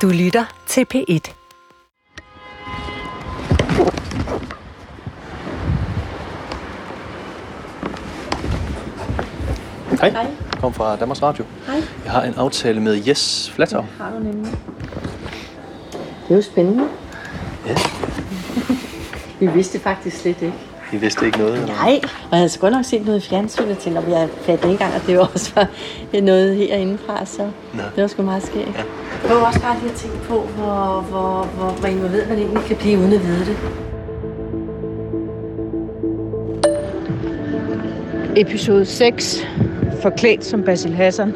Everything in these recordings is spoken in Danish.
Du lytter til P1. Hej. Kom fra Danmarks Radio. Hej. Jeg har en aftale med Jes Flatov. Ja, har du nemlig. Det er jo spændende. Ja. Vi vidste faktisk slet ikke. I vidste ikke noget? Eller? Nej, og jeg havde sgu nok set noget i fjernsynet til, når jeg fattede ikke engang, at det også var noget herindefra, så det var sgu meget skægt. Ja. Prøv også bare lige at tænke på, hvor involveret man egentlig kan blive, uden at vide det. Episode 6. Forklædt som Basil Hassan.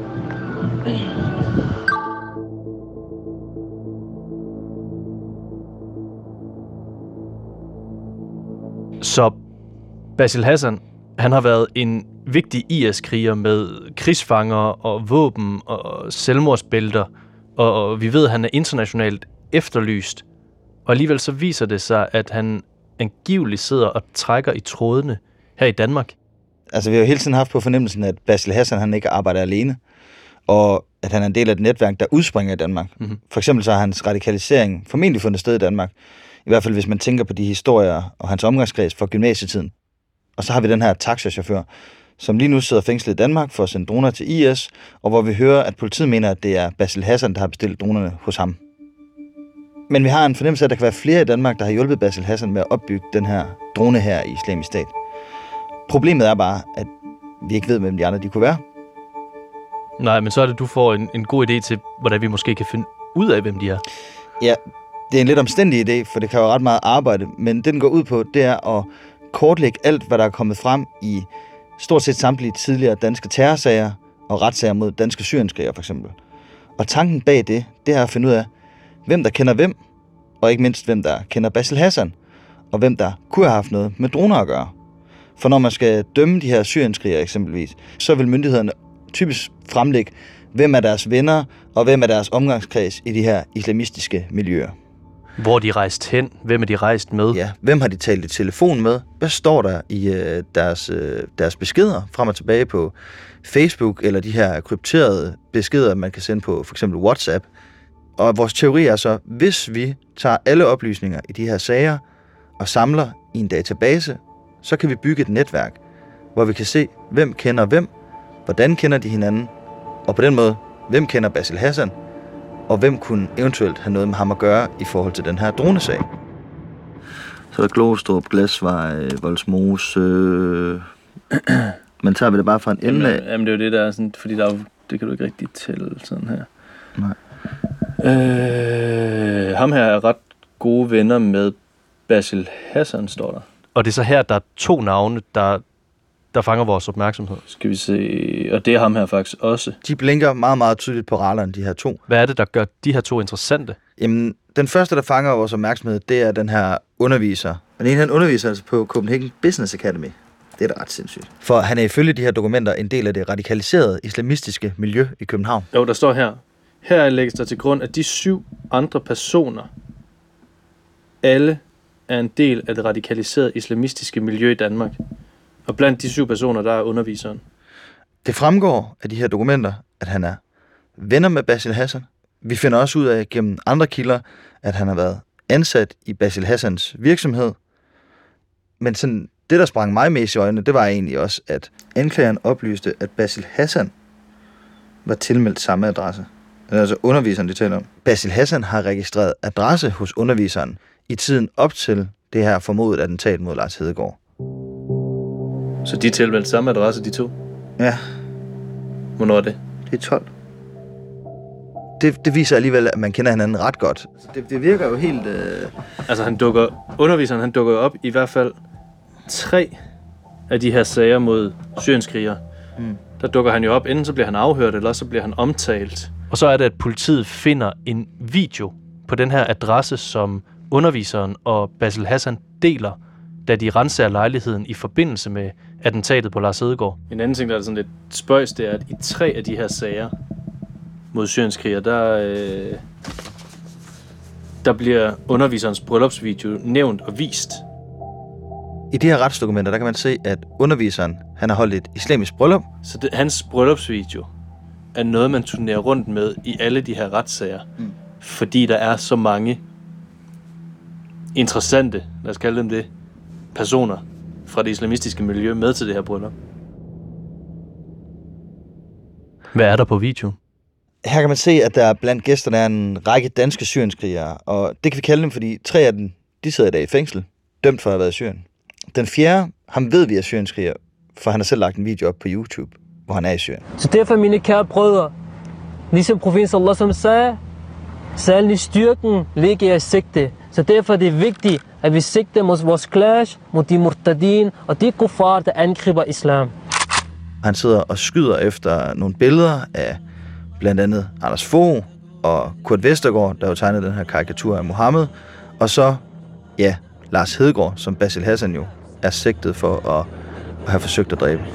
Så Basil Hassan, han har været en vigtig IS-kriger med krigsfanger og våben og selvmordsbælter, og vi ved, at han er internationalt efterlyst. Og alligevel så viser det sig, at han angiveligt sidder og trækker i trådene her i Danmark. Altså, vi har jo hele tiden haft på fornemmelsen, at Basil Hassan, han ikke arbejder alene, og at han er en del af et netværk, der udspringer i Danmark. Mm-hmm. For eksempel så har hans radikalisering formentlig fundet sted i Danmark. I hvert fald, hvis man tænker på de historier og hans omgangskreds fra gymnasietiden. Og så har vi den her taxachauffør, som lige nu sidder fængslet i Danmark for at sende droner til IS, og hvor vi hører, at politiet mener, at det er Basil Hassan, der har bestilt dronerne hos ham. Men vi har en fornemmelse af, at der kan være flere i Danmark, der har hjulpet Basil Hassan med at opbygge den her drone her i Islamisk Stat. Problemet er bare, at vi ikke ved, hvem de andre de kunne være. Nej, men så er det, du får en god idé til, hvordan vi måske kan finde ud af, hvem de er. Ja, det er en lidt omstændig idé, for det kan jo ret meget arbejde, men det, den går ud på, det er at kortlægge alt, hvad der er kommet frem i stort set samtlige tidligere danske terrorsager og retssager mod danske syrienskrigere for eksempel. Og tanken bag det er at finde ud af, hvem der kender hvem, og ikke mindst, hvem der kender Basil Hassan, og hvem der kunne have haft noget med droner at gøre. For når man skal dømme de her syrienskrigere eksempelvis, så vil myndighederne typisk fremlægge, hvem er deres venner, og hvem er deres omgangskreds i de her islamistiske miljøer. Hvor de rejst hen? Hvem er de rejst med? Ja, hvem har de talt i telefon med? Hvad står der i deres beskeder frem og tilbage på Facebook, eller de her krypterede beskeder, man kan sende på for eksempel WhatsApp? Og vores teori er så, hvis vi tager alle oplysninger i de her sager og samler i en database, så kan vi bygge et netværk, hvor vi kan se, hvem kender hvem, hvordan kender de hinanden, og på den måde, hvem kender Basil Hassan, og hvem kunne eventuelt have noget med ham at gøre i forhold til den her dronesag. Så er der Glostrup, Glasvej, Vollsmose. Men tager vi det bare fra en ende af? Jamen det er jo det, der er sådan, fordi der er jo, det kan du ikke rigtig tælle sådan her. Nej. Ham her er ret gode venner med Basil Hassan, står der. Og det er så her, der er 2 navne, der fanger vores opmærksomhed. Skal vi se. Og det er ham her faktisk også. De blinker meget, meget tydeligt på radaren, de her 2. Hvad er det, der gør de her 2 interessante? Jamen, den første, der fanger vores opmærksomhed, det er den her underviser. Den ene, han underviser altså på Copenhagen Business Academy. Det er da ret sindssygt. For han er ifølge de her dokumenter en del af det radikaliserede islamistiske miljø i København. Jo, der står her. Her lægges der til grund, at de 7 andre personer, alle er en del af det radikaliserede islamistiske miljø i Danmark. Og blandt de 7 personer, der er underviseren. Det fremgår af de her dokumenter, at han er venner med Basil Hassan. Vi finder også ud af gennem andre kilder, at han har været ansat i Basil Hassans virksomhed. Men sådan, det, der sprang mig mest i øjnene, det var egentlig også, at anklageren oplyste, at Basil Hassan var tilmeldt samme adresse. Altså underviseren, de taler om. Basil Hassan har registreret adresse hos underviseren i tiden op til det her formodet attentat mod Lars Hedegaard. Så de tilmeldte samme adresse, de 2? Ja. Hvornår er det? Det er 12. Det viser alligevel, at man kender hinanden ret godt. Det virker jo helt... Altså underviseren han dukker op i hvert fald 3 af de her sager mod syrienskrigere. Der dukker han jo op, enten så bliver han afhørt, eller så bliver han omtalt. Og så er det, at politiet finder en video på den her adresse, som underviseren og Basil Hassan deler, da de renser lejligheden i forbindelse med attentatet på Lars Hedegaard. En anden ting, der er sådan lidt spøjs, det er, at i 3 af de her sager mod syrienskrigere, der bliver underviserens bryllupsvideo nævnt og vist. I de her retsdokumenter, der kan man se, at underviseren han har holdt et islamisk bryllup. Så hans bryllupsvideo er noget, man turnerer rundt med i alle de her retssager. fordi der er så mange interessante, lad os kalde dem det, personer fra det islamistiske miljø med til det her bryllup. Hvad er der på video? Her kan man se, at der blandt gæsterne er en række danske syrienskrigere, og det kan vi kalde dem, fordi 3 af dem, de sidder i dag i fængsel, dømt for at have været i Syrien. Den 4., ham ved vi er syrienskriger, for han har selv lagt en video op på YouTube, hvor han er i Syrien. Så derfor, mine kære brødre, ligesom profeten sallallahu alaihi wasallam sagde, særlig styrken ligger i sigte. Så derfor er det vigtigt, at vi sigter mod vores clash, mod de murtadin og de kuffar, der angriber islam. Han sidder og skyder efter nogle billeder af blandt andet Anders Fogh og Kurt Vestergaard, der jo tegnede den her karikatur af Mohammed, og så, ja, Lars Hedegaard, som Basil Hassan jo er sigtet for at have forsøgt at dræbe.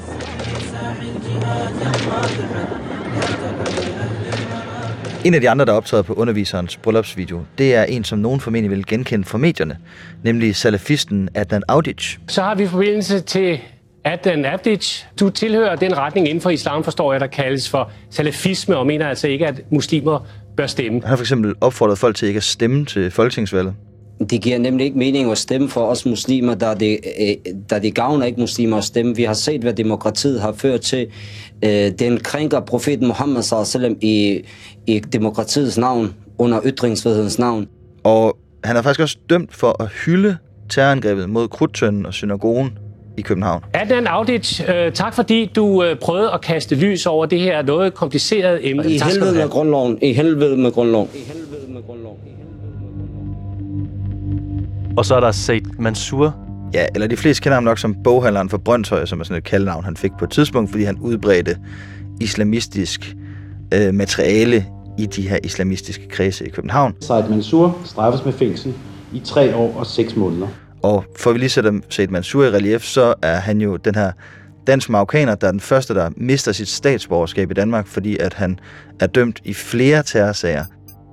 En af de andre, der optræder på underviserens bryllupsvideo, det er en, som nogen formentlig vil genkende fra medierne, nemlig salafisten Adnan Audic. Så har vi forbindelse til Adnan Audic. Du tilhører den retning inden for islam, forstår jeg, der kaldes for salafisme, og mener altså ikke, at muslimer bør stemme. Han har for eksempel opfordret folk til ikke at stemme til folketingsvalget. Det giver nemlig ikke mening at stemme for os muslimer, da det gavner ikke muslimer at stemme. Vi har set, hvad demokratiet har ført til. Den krænker profeten Muhammed sallallahu i demokratiets navn, under ytringsfrihedens navn. Og han er faktisk også dømt for at hylde terrorangrebet mod Krudttønden og synagogen i København. Adnan Audic, tak fordi du prøvede at kaste lys over det her noget kompliceret emne. I helvede med grundloven. I helvede med grundloven. Og så er der Said Mansour. Ja, eller de fleste kender ham nok som boghandleren for Brøndshøj, som er sådan et kaldenavn, han fik på et tidspunkt, fordi han udbredte islamistisk materiale i de her islamistiske kredse i København. Said Mansour straffes med fængsel i 3 år og 6 måneder. Og for vi lige sætter Said Mansour i relief, så er han jo den her dansk-marokkaner, der er den første, der mister sit statsborgerskab i Danmark, fordi at han er dømt i flere terrorsager.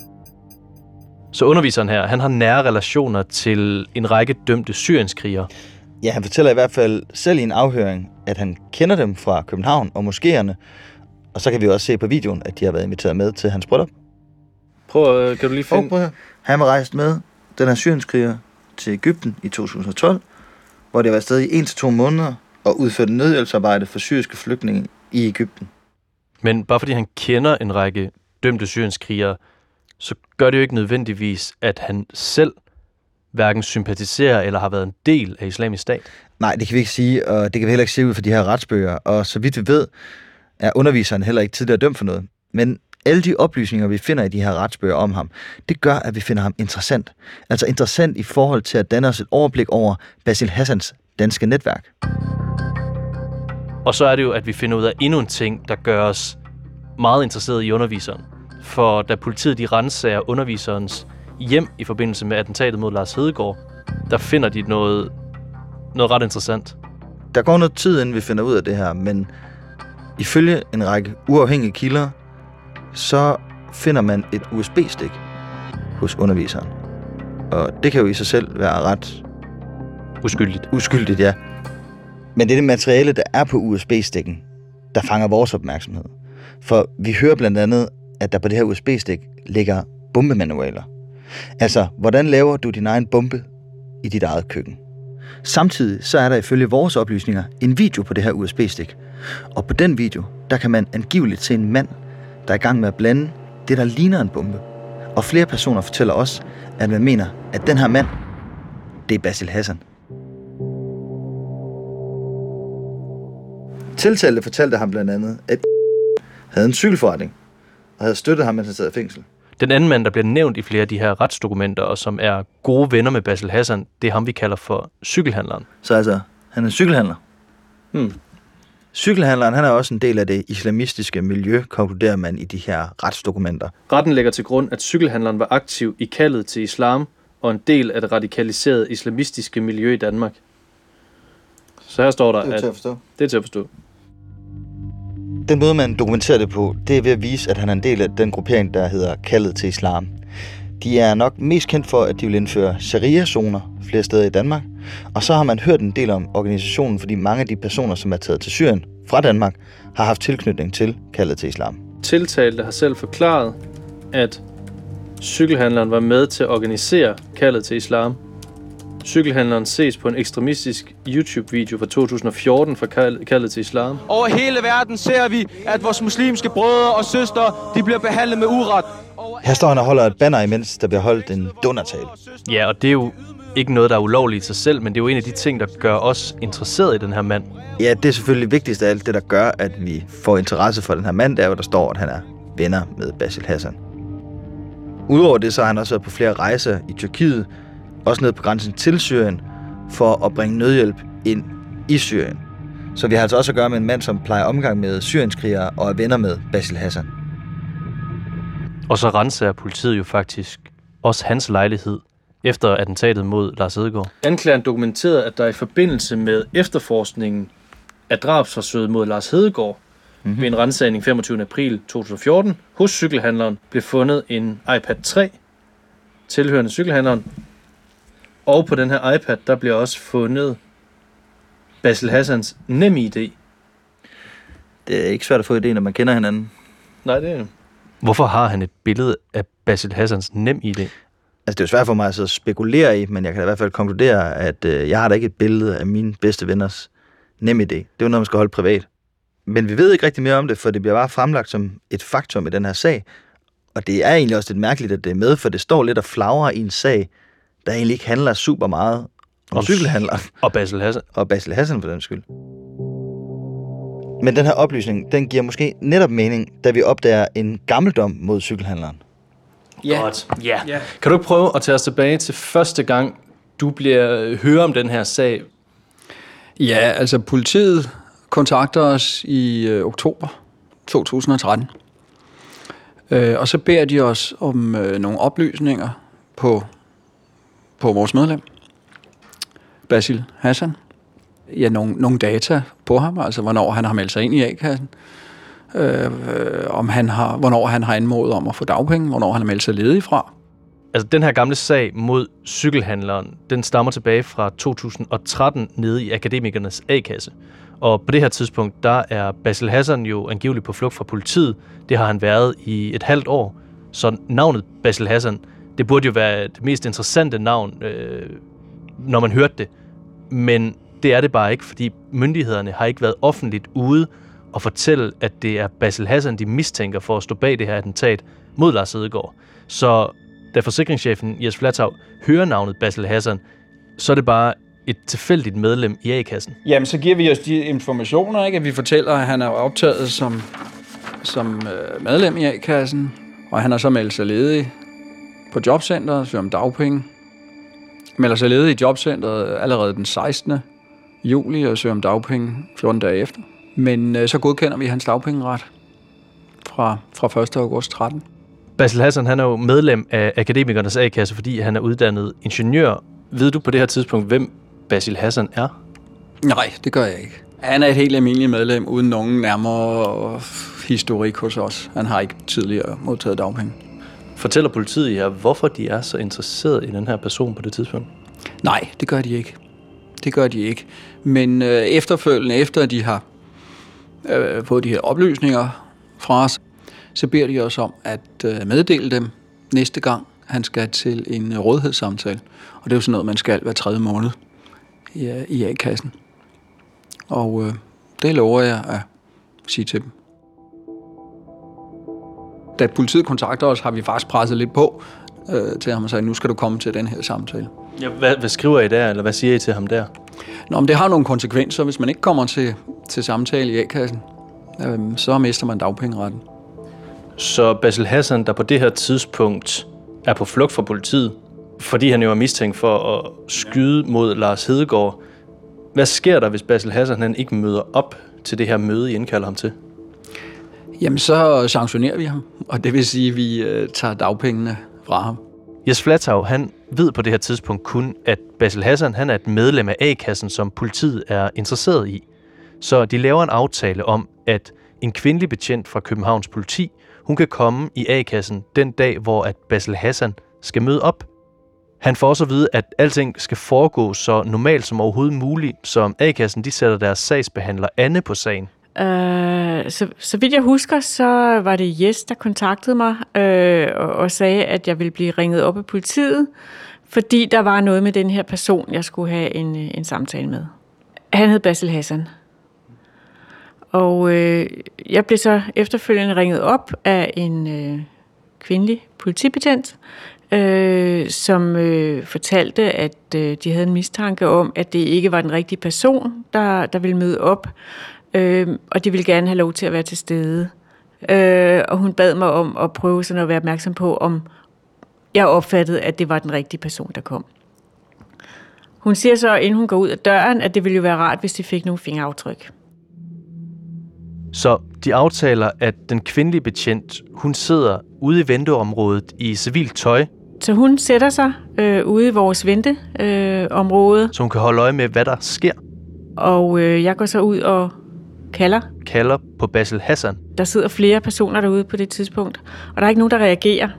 Så underviseren her, han har nære relationer til en række dømte syrienskrigere. Ja, han fortæller i hvert fald selv i en afhøring, at han kender dem fra København og moskéerne. Og så kan vi også se på videoen, at de har været inviteret med til hans bryllup. Kan du lige finde... Prøv her. Han var rejst med den her syrienskriger til Egypten i 2012, hvor det var afsted i 1-2 måneder og udførte nødhjælpsarbejde for syriske flygtninge i Egypten. Men bare fordi han kender en række dømte syrienskrigere, så gør det jo ikke nødvendigvis, at han selv hverken sympatiserer eller har været en del af Islamisk Stat. Nej, det kan vi ikke sige, og det kan vi heller ikke se ud fra de her retsbøger. Og så vidt vi ved, er underviseren heller ikke tidligere dømt for noget. Men alle de oplysninger, vi finder i de her retsbøger om ham, det gør, at vi finder ham interessant. Altså interessant i forhold til at danne os et overblik over Basil Hassans danske netværk. Og så er det jo, at vi finder ud af endnu en ting, der gør os meget interesseret i underviseren. For da politiet de ransager underviserens hjem i forbindelse med attentatet mod Lars Hedegaard, der finder de noget ret interessant. Der går noget tid, inden vi finder ud af det her, men ifølge en række uafhængige kilder, så finder man et USB-stik hos underviseren. Og det kan jo i sig selv være ret uskyldigt, ja. Men det er det materiale, der er på USB-stikken, der fanger vores opmærksomhed. For vi hører blandt andet, at der på det her USB-stik ligger bombemanualer. Altså, hvordan laver du din egen bombe i dit eget køkken? Samtidig så er der ifølge vores oplysninger en video på det her USB-stik. Og på den video, der kan man angiveligt se en mand, der er i gang med at blande det, der ligner en bombe. Og flere personer fortæller også, at man mener, at den her mand, det er Basil Hassan. Tiltalte fortalte ham blandt andet, at havde en cykelforretning og havde støttet ham, mens han sad i fængsel. Den anden mand, der bliver nævnt i flere af de her retsdokumenter, og som er gode venner med Basil Hassan, det er ham, vi kalder for cykelhandleren. Så altså, han er cykelhandler. Cykelhandleren, han er også en del af det islamistiske miljø, konkluderer man i de her retsdokumenter. Retten lægger til grund, at cykelhandleren var aktiv i kaldet til islam og en del af det radikaliserede islamistiske miljø i Danmark. Så her står der, det er til at forstå. Det er til at forstå. Den måde, man dokumenterer det på, det er ved at vise, at han er en del af den gruppering, der hedder kaldet til islam. De er nok mest kendt for, at de vil indføre sharia-zoner flere steder i Danmark. Og så har man hørt en del om organisationen, fordi mange af de personer, som er taget til Syrien fra Danmark, har haft tilknytning til kaldet til islam. Tiltalte har selv forklaret, at Cykelhandleren var med til at organisere kaldet til islam. Cykelhandleren ses på en ekstremistisk YouTube-video fra 2014 fra kaldet til islam. Over hele verden ser vi, at vores muslimske brødre og søstre, de bliver behandlet med uret. Her står han og holder et banner, imens der bliver holdt en dundertale. Ja, og det er jo ikke noget, der er ulovligt i sig selv, men det er jo en af de ting, der gør os interesseret i den her mand. Ja, det er selvfølgelig vigtigst af alt. Det, der gør, at vi får interesse for den her mand, det er jo, der står, at han er venner med Basil Hassan. Udover det, så har han også været på flere rejser i Tyrkiet, også ned på grænsen til Syrien, for at bringe nødhjælp ind i Syrien. Så vi har altså også at gøre med en mand, som plejer omgang med syrienskrigere og er venner med Basil Hassan. Og så renser politiet jo faktisk også hans lejlighed efter attentatet mod Lars Hedegaard. Anklageren dokumenterede, at der i forbindelse med efterforskningen af drabsforsøget mod Lars Hedegaard ved en ransagning 25. april 2014 hos cykelhandleren blev fundet en iPad 3 tilhørende cykelhandleren. Og på den her iPad, der bliver også fundet Basil Hassans NemID. Det er ikke svært at få idé, når man kender hinanden. Nej, det er det. Hvorfor har han et billede af Basil Hassans NemID? Altså, det er jo svært for mig at spekulere i, men jeg kan da i hvert fald konkludere, at jeg har da ikke et billede af mine bedste venners NemID. Det er jo noget, man skal holde privat. Men vi ved ikke rigtig mere om det, for det bliver bare fremlagt som et faktum i den her sag. Og det er egentlig også lidt mærkeligt, at det er med, for det står lidt og flagrer i en sag, der egentlig ikke handler super meget om cykelhandleren. Og Basil Hassan. Og Basil Hassan for den skyld. Men den her oplysning, den giver måske netop mening, da vi opdager en gammeldom mod cykelhandleren. Ja. Godt. Ja. Kan du ikke prøve at tage os tilbage til første gang, du hører om den her sag? Ja, altså politiet kontakter os i oktober 2013. Og så beder de os om nogle oplysninger på vores medlem, Basil Hassan. Ja, nogle data på ham, altså hvornår han har meldt sig ind i A-kassen, hvornår han har anmodet om at få dagpenge, hvornår han har meldt sig ledig fra. Altså, den her gamle sag mod cykelhandleren, den stammer tilbage fra 2013 nede i Akademikernes A-kasse. Og på det her tidspunkt, der er Basil Hassan jo angiveligt på flugt fra politiet. Det har han været i et halvt år. Så navnet Basil Hassan, det burde jo være det mest interessante navn, når man hørte det. Men det er det bare ikke, fordi myndighederne har ikke været offentligt ude og fortælle, at det er Basil Hassan, de mistænker for at stå bag det her attentat mod Lars Hedegaard. Så da forsikringschefen Jes Flathav hører navnet Basil Hassan, så er det bare et tilfældigt medlem i A-kassen. Jamen, så giver vi os de informationer, ikke? At vi fortæller, at han er optaget som medlem i A-kassen, og han har så meldt sig ledig på jobcenteret, søger om dagpenge. Melder sig ledig i jobcenteret allerede den 16. juli og søger om dagpenge 14 dage efter. Men så godkender vi hans dagpengeret fra 1. august 13. Basil Hassan, han er jo medlem af Akademikernes A-kasse, fordi han er uddannet ingeniør. Ved du på det her tidspunkt, hvem Basil Hassan er? Nej, det gør jeg ikke. Han er et helt almindeligt medlem, uden nogen nærmere historik hos os. Han har ikke tidligere modtaget dagpenge. Fortæller politiet jer, hvorfor de er så interesseret i den her person på det tidspunkt? Nej, det gør de ikke. Det gør de ikke. Men efterfølgende, efter at de har fået de her oplysninger fra os, så beder de os om at meddele dem næste gang, han skal til en rådighedssamtale. Og det er jo sådan noget, man skal hver 3. måned i A-kassen. Og det lover jeg at sige til dem. Da politiet kontakter os, har vi faktisk presset lidt på til ham og sagt, nu skal du komme til den her samtale. Ja, hvad skriver I der, eller hvad siger I til ham der? Nå, men det har nogle konsekvenser. Hvis man ikke kommer til samtale i A-kassen, så mister man dagpengeretten. Så Basil Hassan, der på det her tidspunkt er på flugt fra politiet, fordi han jo er mistænkt for at skyde mod Lars Hedegaard. Hvad sker der, hvis Basil Hassan han ikke møder op til det her møde, I indkalder ham til? Jamen, så sanktionerer vi ham, og det vil sige, at vi tager dagpengene fra ham. Jes Flathav, han ved på det her tidspunkt kun, at Basil Hassan han er et medlem af A-kassen, som politiet er interesseret i. Så de laver en aftale om, at en kvindelig betjent fra Københavns politi, hun kan komme i A-kassen den dag, hvor at Basil Hassan skal møde op. Han får også at vide, at alting skal foregå så normalt som overhovedet muligt, så A-kassen de sætter deres sagsbehandler Anne på sagen. Så vidt jeg husker, så var det Jes, der kontaktede mig og sagde, at jeg ville blive ringet op af politiet, fordi der var noget med den her person, jeg skulle have en samtale med. Han hed Basil Hassan. Og jeg blev så efterfølgende ringet op af en kvindelig politibetjent, som fortalte, at de havde en mistanke om, at det ikke var den rigtige person, der ville møde op, og de ville gerne have lov til at være til stede. Og hun bad mig om at prøve sådan at være opmærksom på, om jeg opfattede, at det var den rigtige person, der kom. Hun siger så, inden hun går ud af døren, at det ville jo være rart, hvis de fik nogle fingeraftryk. Så de aftaler, at den kvindelige betjent, hun sidder ude i venteområdet i civilt tøj. Så hun sætter sig ude i vores venteområde. Så hun kan holde øje med, hvad der sker. Og jeg går så ud og kalder på Basil Hassan. Der sidder flere personer derude på det tidspunkt, og der er ikke nogen, der reagerer.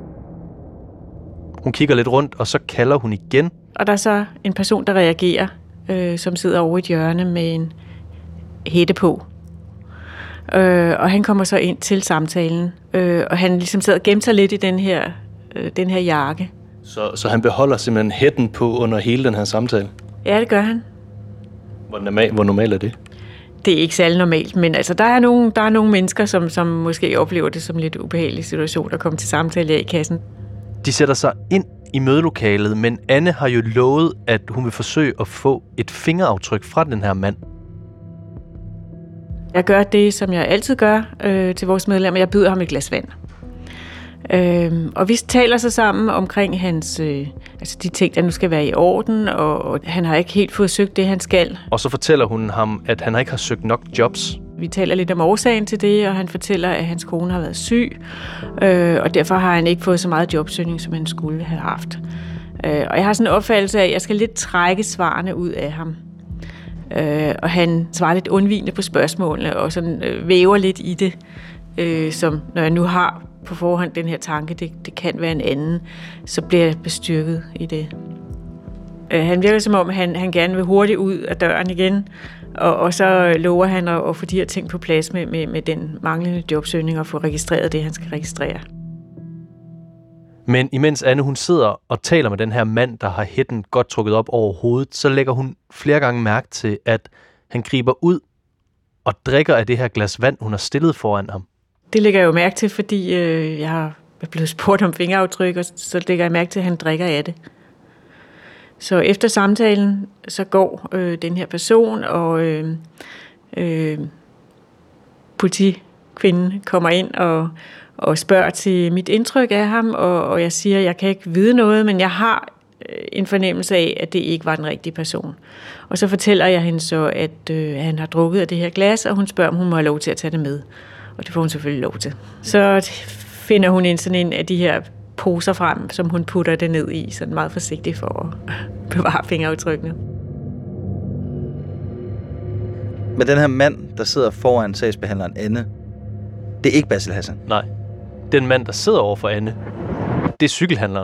Hun kigger lidt rundt, og så kalder hun igen. Og der er så en person, der reagerer, som sidder over i et hjørne med en hætte på. Og han kommer så ind til samtalen, og han ligesom sidder og gemmer sig lidt i den her jakke. Så han beholder simpelthen hætten på under hele den her samtale? Ja, det gør han. Hvor normalt er det? Det er ikke særlig normalt, men altså, der er nogle mennesker, som måske oplever det som en lidt ubehagelig situation at komme til samtale i kassen. De sætter sig ind i mødelokalet, men Anne har jo lovet, at hun vil forsøge at få et fingeraftryk fra den her mand. Jeg gør det, som jeg altid gør til vores medlemmer. Jeg byder ham et glas vand. Og vi taler så sammen omkring hans, altså de ting, der nu skal være i orden, og han har ikke helt fået søgt det, han skal. Og så fortæller hun ham, at han ikke har søgt nok jobs. Vi taler lidt om årsagen til det, og han fortæller, at hans kone har været syg, og derfor har han ikke fået så meget jobsøgning, som han skulle have haft. Og jeg har sådan en opfattelse af, at jeg skal lidt trække svarene ud af ham. Og han svarer lidt undvigende på spørgsmålene, og sådan væver lidt i det, som når jeg nu har på forhånd den her tanke, det kan være en anden, så bliver jeg bestyrket i det. Han virker som om, han gerne vil hurtigt ud af døren igen, og så lover han at få de her ting på plads med den manglende jobsøgning og få registreret det, han skal registrere. Men imens Anne hun sidder og taler med den her mand, der har hætten godt trukket op over hovedet, så lægger hun flere gange mærke til, at han griber ud og drikker af det her glas vand, hun har stillet foran ham. Det lægger jeg jo mærke til, fordi jeg har blevet spurgt om fingeraftryk, og så lægger jeg mærke til, at han drikker af det. Så efter samtalen, så går den her person, og politikvinden kommer ind og spørger til mit indtryk af ham, og jeg siger, at jeg kan ikke vide noget, men jeg har en fornemmelse af, at det ikke var den rigtige person. Og så fortæller jeg hende så, at han har drukket af det her glas, og hun spørger, om hun må have lov til at tage det med. Og det får hun selvfølgelig lov til. Så finder hun sådan en af de her poser frem, som hun putter det ned i, sådan meget forsigtigt for at bevare fingeraftrykkene. Men den her mand, der sidder foran sagsbehandleren Anne, det er ikke Basil Hassan? Nej. Den mand, der sidder over for Anne, det er cykelhandleren.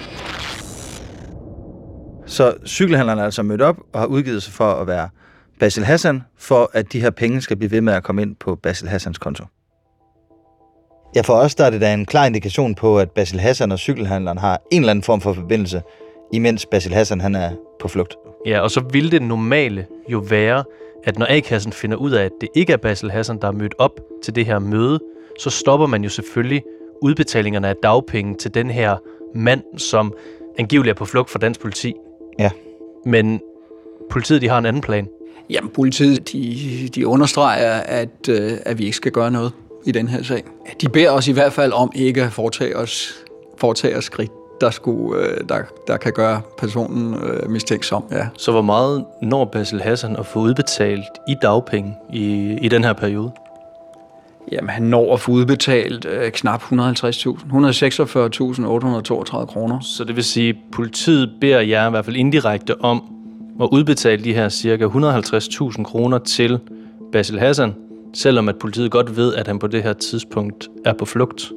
Så cykelhandleren er altså mødt op og har udgivet sig for at være Basil Hassan, for at de her penge skal blive ved med at komme ind på Basil Hassans konto. Ja, for os der er det da en klar indikation på, at Basil Hassan og cykelhandleren har en eller anden form for forbindelse, imens Basil Hassan han er på flugt. Ja, og så ville det normale jo være, at når A-kassen finder ud af, at det ikke er Basil Hassan, der er mødt op til det her møde, så stopper man jo selvfølgelig udbetalingerne af dagpenge til den her mand, som angiveligt er på flugt fra dansk politi. Ja. Men politiet, de har en anden plan. Jamen, politiet, de understreger, at vi ikke skal gøre noget i den her sag. De beder os i hvert fald om ikke at foretage os skridt, der kan gøre personen mistænksom. Ja. Så hvor meget når Basil Hassan at få udbetalt i dagpenge i den her periode? Jamen, han når at få udbetalt knap 150.000. 146.832 kroner. Så det vil sige, at politiet beder jer i hvert fald indirekte om at udbetale de her cirka 150.000 kroner til Basil Hassan, selvom at politiet godt ved, at han på det her tidspunkt er på flugt.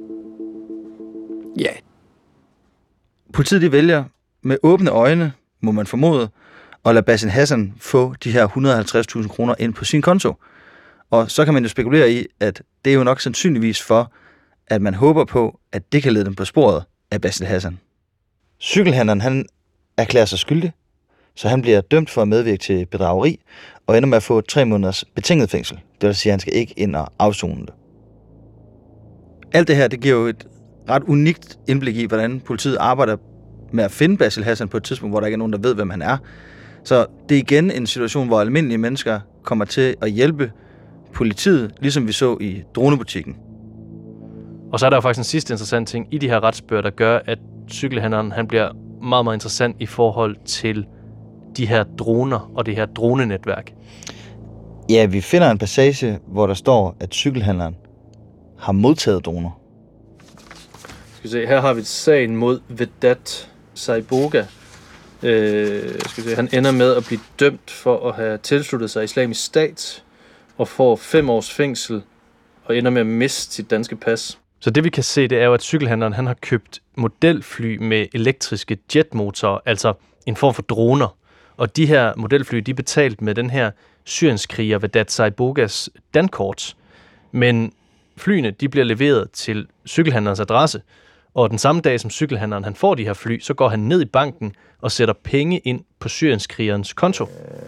Ja. Politiet de vælger med åbne øjne, må man formode, at lade Basil Hassan få de her 150.000 kroner ind på sin konto. Og så kan man jo spekulere i, at det er jo nok sandsynligvis for, at man håber på, at det kan lede dem på sporet af Basil Hassan. Cykelhandleren, han erklærer sig skyldig, så han bliver dømt for at medvirke til bedrageri, og ender med at få 3 måneders betinget fængsel. Det vil sige, at han skal ikke ind og afsone det. Alt det her, det giver jo et ret unikt indblik i, hvordan politiet arbejder med at finde Basil Hassan på et tidspunkt, hvor der ikke er nogen, der ved, hvem han er. Så det er igen en situation, hvor almindelige mennesker kommer til at hjælpe politiet, ligesom vi så i dronebutikken. Og så er der jo faktisk en sidste interessant ting i de her retsbøger, der gør, at cykelhandleren han bliver meget, meget interessant i forhold til de her droner og det her dronenetværk. Ja, vi finder en passage, hvor der står, at cykelhandleren har modtaget droner. Skal vi se, her har vi sagen mod Vedat Saiboga. Han ender med at blive dømt for at have tilsluttet sig Islamisk Stat og får 5 års fængsel og ender med at miste sit danske pas. Så det vi kan se, det er jo, at cykelhandleren han har købt modelfly med elektriske jetmotorer, altså en form for droner. Og de her modelfly, de er betalt med den her syrienskriger Vedat Saibogas dankort. Men flyene, de bliver leveret til cykelhandlerens adresse. Og den samme dag, som cykelhandleren han får de her fly, så går han ned i banken og sætter penge ind på syrienskrigerens konto.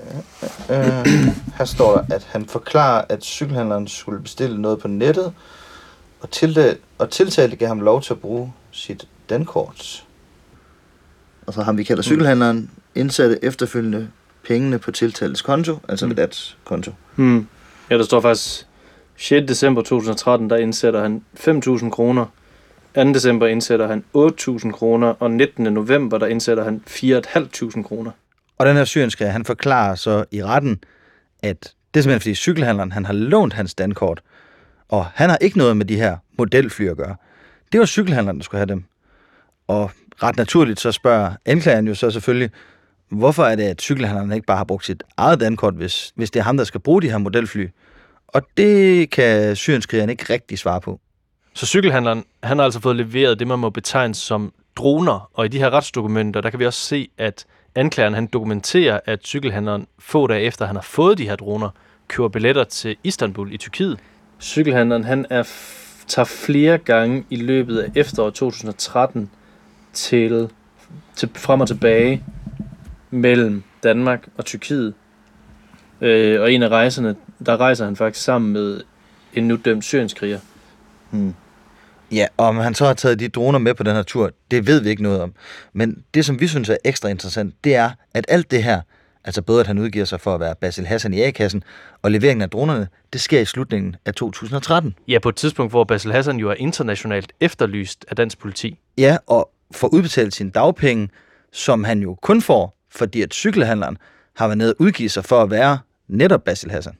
Her står der, at han forklarer, at cykelhandleren skulle bestille noget på nettet, og tiltalte gav ham lov til at bruge sit dankort. Og så ham, vi kalder cykelhandleren, indsatte efterfølgende pengene på tiltaltes konto, altså Vedats konto. Ja, der står faktisk 6. december 2013, der indsætter han 5.000 kroner. 2. december indsætter han 8.000 kroner, og 19. november, der indsætter han 4.500 kroner. Og den her syrienskriger, han forklarer så i retten, at det er simpelthen fordi cykelhandleren, han har lånt hans dankort, og han har ikke noget med de her modelfly at gøre. Det var cykelhandleren, der skulle have dem. Og ret naturligt så spørger anklageren jo så selvfølgelig, hvorfor er det, at cykelhandleren ikke bare har brugt sit eget dankort, hvis det er ham, der skal bruge de her modelfly? Og det kan syrienskrigeren ikke rigtig svare på. Så cykelhandleren, han har altså fået leveret det, man må betegne som droner, og i de her retsdokumenter, der kan vi også se, at anklageren han dokumenterer, at cykelhandleren få dage efter, han har fået de her droner, køber billetter til Istanbul i Tyrkiet. Cykelhandleren, han tager flere gange i løbet af efteråret 2013 til frem og tilbage mellem Danmark og Tyrkiet. Og en af rejserne, der rejser han faktisk sammen med en nu dømt syrienskriger. Ja, og om han så har taget de droner med på den her tur, det ved vi ikke noget om. Men det, som vi synes er ekstra interessant, det er, at alt det her, altså både at han udgiver sig for at være Basil Hassan i A-kassen, og leveringen af dronerne, det sker i slutningen af 2013. Ja, på et tidspunkt, hvor Basil Hassan jo er internationalt efterlyst af dansk politi. Ja, og får udbetalt sine dagpenge, som han jo kun får, fordi at cykelhandleren har været nede og udgivet sig for at være netop Basil Hassan.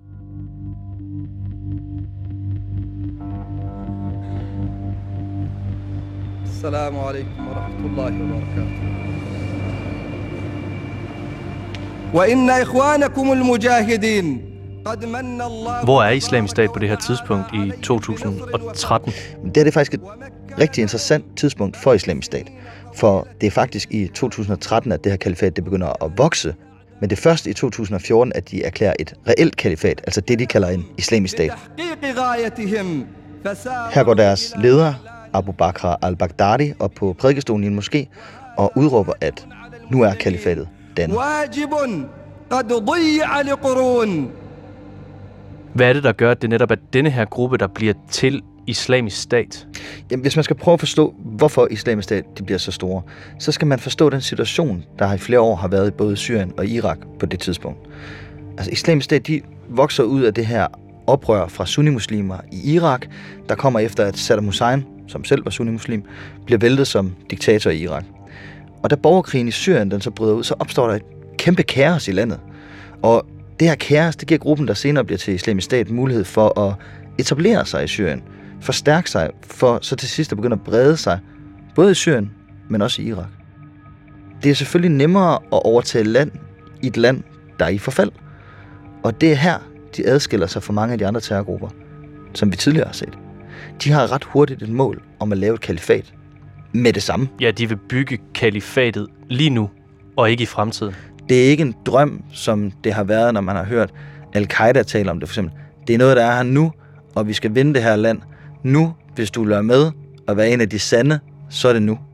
Assalamu alaikum wa rahmatullahi wa barakatuh. Wa inna ikhwanakum al-mujahidin. Hvor er Islamisk Stat på det her tidspunkt i 2013? Det er faktisk et rigtig interessant tidspunkt for Islamisk Stat. For det er faktisk i 2013, at det her kalifat det begynder at vokse. Men det er først i 2014, at de erklærer et reelt kalifat, altså det, de kalder en Islamisk Stat. Her går deres leder, Abu Bakr al-Baghdadi, op på prædikestolen i en moské og udråber, at nu er kalifatet dannet. Hvad er det, der gør, at det netop er denne her gruppe, der bliver til Islamisk Stat? Jamen, hvis man skal prøve at forstå, hvorfor Islamisk Stat de bliver så store, så skal man forstå den situation, der i flere år har været i både Syrien og Irak på det tidspunkt. Altså, Islamisk Stat de vokser ud af det her oprør fra sunnimuslimer i Irak, der kommer efter, at Saddam Hussein, som selv var sunnimuslim, bliver væltet som diktator i Irak. Og da borgerkrigen i Syrien den så bryder ud, så opstår der et kæmpe kaos i landet. Og det her kaos, det giver gruppen, der senere bliver til Islamisk Stat, mulighed for at etablere sig i Syrien, forstærke sig, for så til sidst at begynde at brede sig, både i Syrien, men også i Irak. Det er selvfølgelig nemmere at overtage land i et land, der er i forfald. Og det er her, de adskiller sig fra mange af de andre terrorgrupper, som vi tidligere har set. De har ret hurtigt et mål om at lave et kalifat med det samme. Ja, de vil bygge kalifatet lige nu, og ikke i fremtiden. Det er ikke en drøm, som det har været, når man har hørt Al-Qaida tale om det, for eksempel. Det er noget, der er her nu, og vi skal vinde det her land nu. Hvis du vil være med og være en af de sande, så er det nu.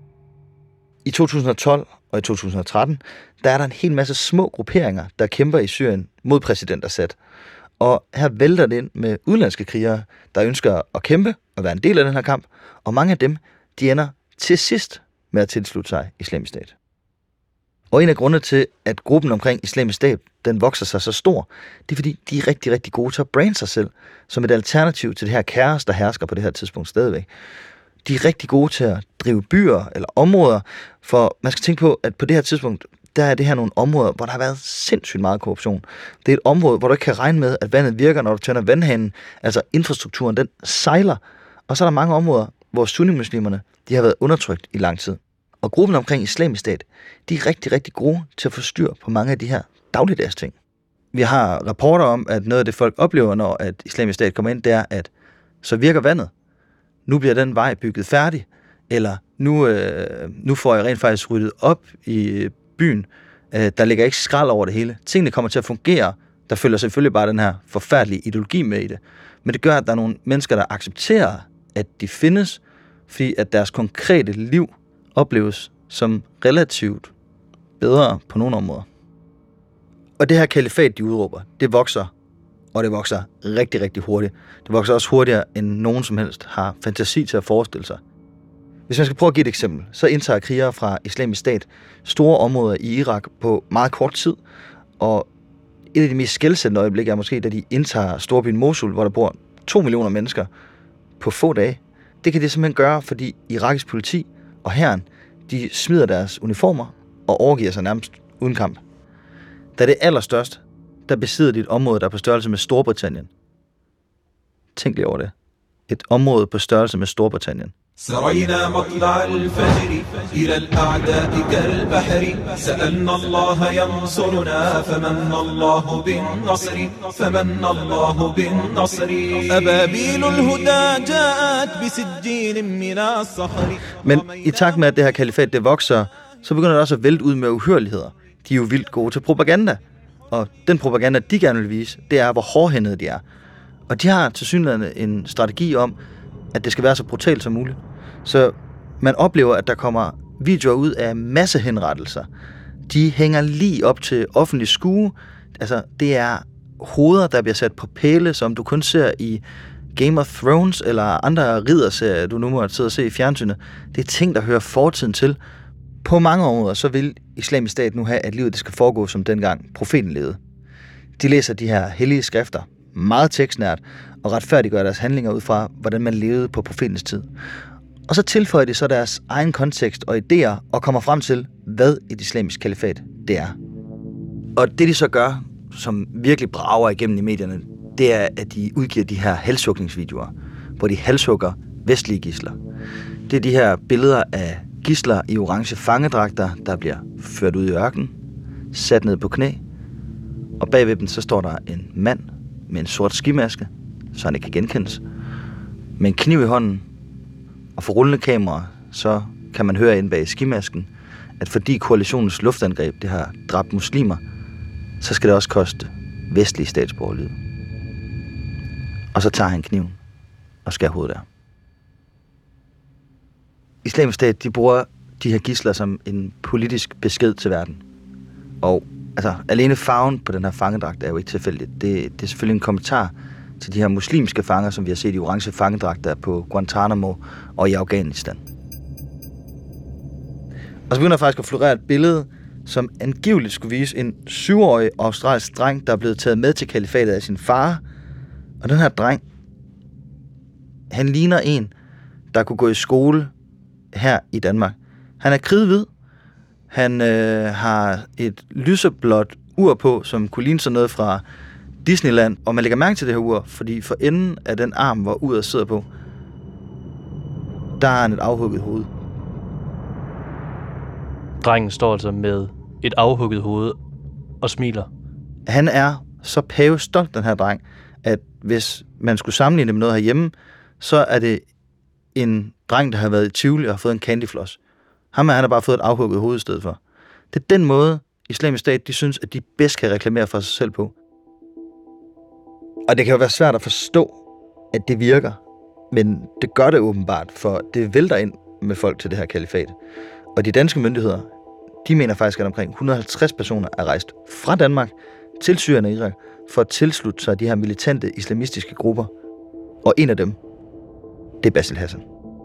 I 2012 og i 2013, der er der en hel masse små grupperinger, der kæmper i Syrien mod præsident Assad. Og her vælter det ind med udenlandske krigere, der ønsker at kæmpe og være en del af den her kamp. Og mange af dem, de ender til sidst med at tilslutte sig Islamisk Stat. Og en af grundene til, at gruppen omkring Islamisk Stat, den vokser sig så stor, det er fordi, de er rigtig, rigtig gode til at brande sig selv som et alternativ til det her kaos, der hersker på det her tidspunkt stadigvæk. De er rigtig gode til at drive byer eller områder, for man skal tænke på, at på det her tidspunkt, der er det her nogle områder, hvor der har været sindssygt meget korruption. Det er et område, hvor du ikke kan regne med, at vandet virker, når du tænder vandhanen. Altså infrastrukturen, den sejler. Og så er der mange områder, hvor sunnimuslimerne, de har været undertrykt i lang tid. Og gruppen omkring Islamisk Stat, de er rigtig, rigtig gode til at få styr på mange af de her dagligdags ting. Vi har rapporter om, at noget af det folk oplever, når at Islamisk Stat kommer ind, det er, at så virker vandet. Nu bliver den vej bygget færdig, eller nu får jeg rent faktisk ryddet op i byen. Der ligger ikke skrald over det hele. Tingene kommer til at fungere. Der følger selvfølgelig bare den her forfærdelige ideologi med i det. Men det gør, at der er nogle mennesker, der accepterer, at de findes, fordi at deres konkrete liv opleves som relativt bedre på nogle områder. Og det her kalifat, de udråber, det vokser, og det vokser rigtig, rigtig hurtigt. Det vokser også hurtigere, end nogen som helst har fantasi til at forestille sig. Hvis man skal prøve at give et eksempel, så indtager krigere fra Islamisk Stat store områder i Irak på meget kort tid, og et af de mest skelsættende øjeblikke er måske, da de indtager storbyen Mosul, hvor der bor 2 millioner mennesker på få dage. Det kan det simpelthen gøre, fordi irakisk politi og hæren, de smider deres uniformer og overgiver sig nærmest uden kamp. Da det er allerstørst, der besidder de et område, der er på størrelse med Storbritannien. Tænk lige over det. Et område på størrelse med Storbritannien. سرينا مطلع الفجر إلى الأعداء كالبحر سألنا الله ينصرنا فمن الله بالنصر فمن الله بالنصر أبابيل الهدى جاءت بسجين من الصخر. Men i takt med, at det her kalifat det vokser, så begynder det også at vælte ud med uhyrligheder. De er jo vildt gode til propaganda. Og den propaganda, de gerne vil vise, det er, hvor hårdhændede de er. Og de har tilsyneladende en strategi om, at det skal være så brutalt som muligt. Så man oplever, at der kommer videoer ud af massehenrettelser. De hænger lige op til offentlig skue. Altså, det er hoveder, der bliver sat på pæle, som du kun ser i Game of Thrones eller andre ridderserier, du nu må sidde og se i fjernsynet. Det er ting, der hører fortiden til. På mange områder, så vil Islamisk Stat nu have, at livet det skal foregå, som dengang profeten levede. De læser de her hellige skrifter meget tekstnært og retfærdiggør deres handlinger ud fra, hvordan man levede på profetens tid. Og så tilføjer de så deres egen kontekst og idéer og kommer frem til, hvad et islamisk kalifat det er. Og det de så gør, som virkelig brager igennem i medierne, det er, at de udgiver de her halshugningsvideoer, hvor de halshugger vestlige gidsler. Det er de her billeder af gidsler i orange fangedragter, der bliver ført ud i ørkenen, sat ned på knæ, og bagved dem så står der en mand med en sort skimaske, så han ikke kan genkendes, med en kniv i hånden, og for rullende kamera, så kan man høre ind bag skimasken, at fordi koalitionens luftangreb det har dræbt muslimer, så skal det også koste vestlige statsborgerlivet. Og så tager han kniven og skærer hovedet af. Islamisk Stat, de bruger de her gidsler som en politisk besked til verden. Og altså, alene farven på den her fangedragt er jo ikke tilfældigt. Det er selvfølgelig en kommentar til de her muslimske fanger, som vi har set i orange fangedragter på Guantanamo og i Afghanistan. Og så begynder faktisk at florere et billede, som angiveligt skulle vise en 7-årig australsk dreng, der er blevet taget med til kalifatet af sin far. Og den her dreng, han ligner en, der kunne gå i skole her i Danmark. Han er kridhvid. Han har et lyseblåt ur på, som kunne ligne sådan noget fra Disneyland. Og man lægger mærke til det her ur, fordi for enden af den arm, hvor uret sidder på, der har han et afhugget hoved. Drengen står altså med et afhugget hoved og smiler. Han er så pavestolt, den her dreng, at hvis man skulle sammenligne det med noget herhjemme, så er det en dreng, der har været i Tivoli og har fået en candyfloss. Han har bare fået et afhugget hoved i stedet for. Det er den måde, Islamisk Stat, de synes, at de bedst kan reklamere for sig selv på. Og det kan jo være svært at forstå, at det virker, men det gør det åbenbart, for det vælter ind med folk til det her kalifat. Og de danske myndigheder, de mener faktisk, at omkring 150 personer er rejst fra Danmark til Syrien og Irak for at tilslutte sig de her militante islamistiske grupper. Og en af dem, det er Basil Hassan.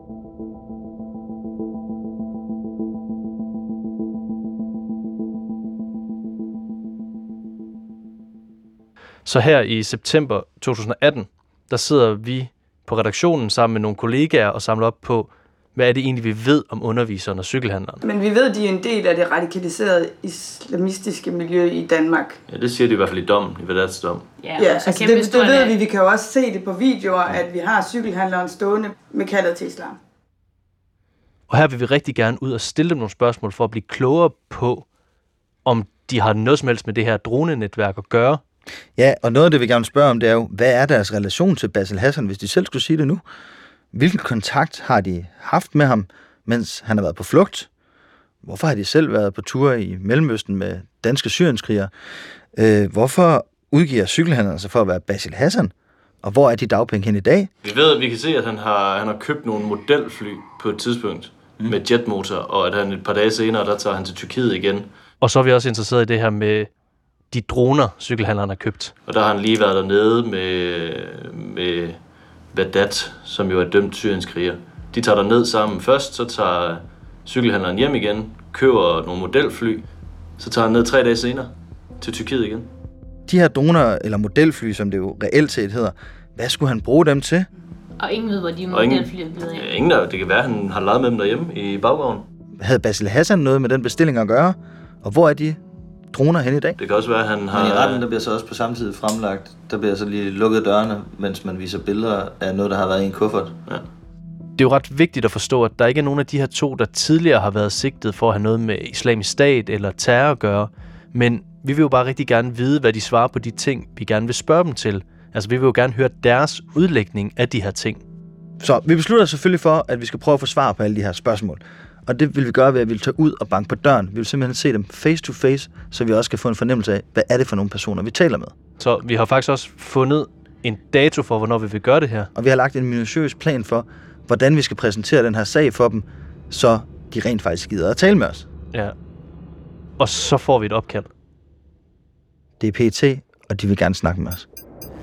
Så her i september 2018, der sidder vi på redaktionen sammen med nogle kollegaer og samler op på, hvad er det egentlig, vi ved om underviseren og cykelhandleren. Men vi ved, de er en del af det radikaliserede islamistiske miljø i Danmark. Ja, det siger de i hvert fald i dommen, i Vedats dom. Ja, altså det ved vi. Vi kan jo også se det på videoer, at vi har cykelhandleren stående med kaldet til islam. Og her vil vi rigtig gerne ud og stille dem nogle spørgsmål for at blive klogere på, om de har noget som helst med det her dronenetværk at gøre. Ja, og noget af det, vi gerne vil spørge om, det er jo, hvad er deres relation til Basil Hassan, hvis de selv skulle sige det nu? Hvilken kontakt har de haft med ham, mens han har været på flugt? Hvorfor har de selv været på tur i Mellemøsten med danske syrienskrigere? Hvorfor udgiver cykelhandleren sig for at være Basil Hassan? Og hvor er de dagpenge hen i dag? Vi kan se, at han har købt nogle modelfly på et tidspunkt med jetmotor, og at han et par dage senere, der tager han til Tyrkiet igen. Og så er vi også interesseret i det her med de droner, cykelhandleren har købt. Og der har han lige været dernede med Vedat, som jo er dømt syrienskriger. De tager derned sammen først, så tager cykelhandleren hjem igen, køber nogle modelfly, så tager han ned 3 dage senere til Tyrkiet igen. De her droner, eller modelfly, som det jo reelt set hedder, hvad skulle han bruge dem til? Og ingen ved, hvor de modelfly er blevet af. Ingen der, det kan være, at han har leget med dem derhjemme i baggården. Havde Basil Hassan noget med den bestilling at gøre? Og hvor er de droner hen i dag? Det kan også være, at han har... Men i retten, der bliver så også på samme tid fremlagt, der bliver så lige lukket dørene, mens man viser billeder af noget, der har været i en kuffert. Ja. Det er jo ret vigtigt at forstå, at der ikke er nogen af de her 2, der tidligere har været sigtet for at have noget med Islamisk Stat eller terror at gøre. Men vi vil jo bare rigtig gerne vide, hvad de svarer på de ting, vi gerne vil spørge dem til. Altså, vi vil jo gerne høre deres udlægning af de her ting. Så vi beslutter selvfølgelig for, at vi skal prøve at få svar på alle de her spørgsmål. Og det vil vi gøre ved, at vi vil tage ud og banke på døren. Vi vil simpelthen se dem face to face, så vi også kan få en fornemmelse af, hvad er det for nogle personer, vi taler med. Så vi har faktisk også fundet en dato for, hvornår vi vil gøre det her. Og vi har lagt en minutiøs plan for, hvordan vi skal præsentere den her sag for dem, så de rent faktisk gider at tale med os. Ja. Og så får vi et opkald. Det er PET, og de vil gerne snakke med os.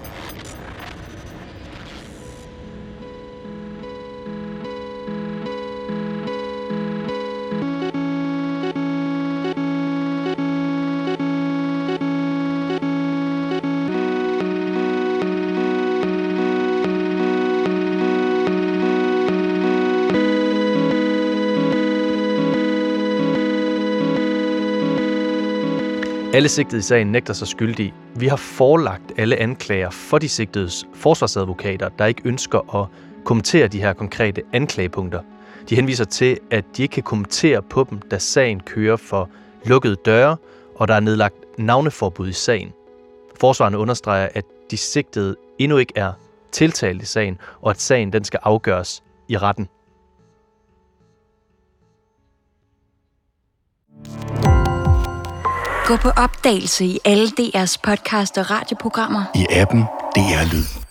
Alle sigtede i sagen nægter sig skyldige. Vi har forelagt alle anklager for de sigtedes forsvarsadvokater, der ikke ønsker at kommentere de her konkrete anklagepunkter. De henviser til, at de ikke kan kommentere på dem, da sagen kører for lukkede døre, og der er nedlagt navneforbud i sagen. Forsvarerne understreger, at de sigtede endnu ikke er tiltalt i sagen, og at sagen den skal afgøres i retten. Gå på opdagelse i alle DR's podcast og radioprogrammer. I appen DR Lyd.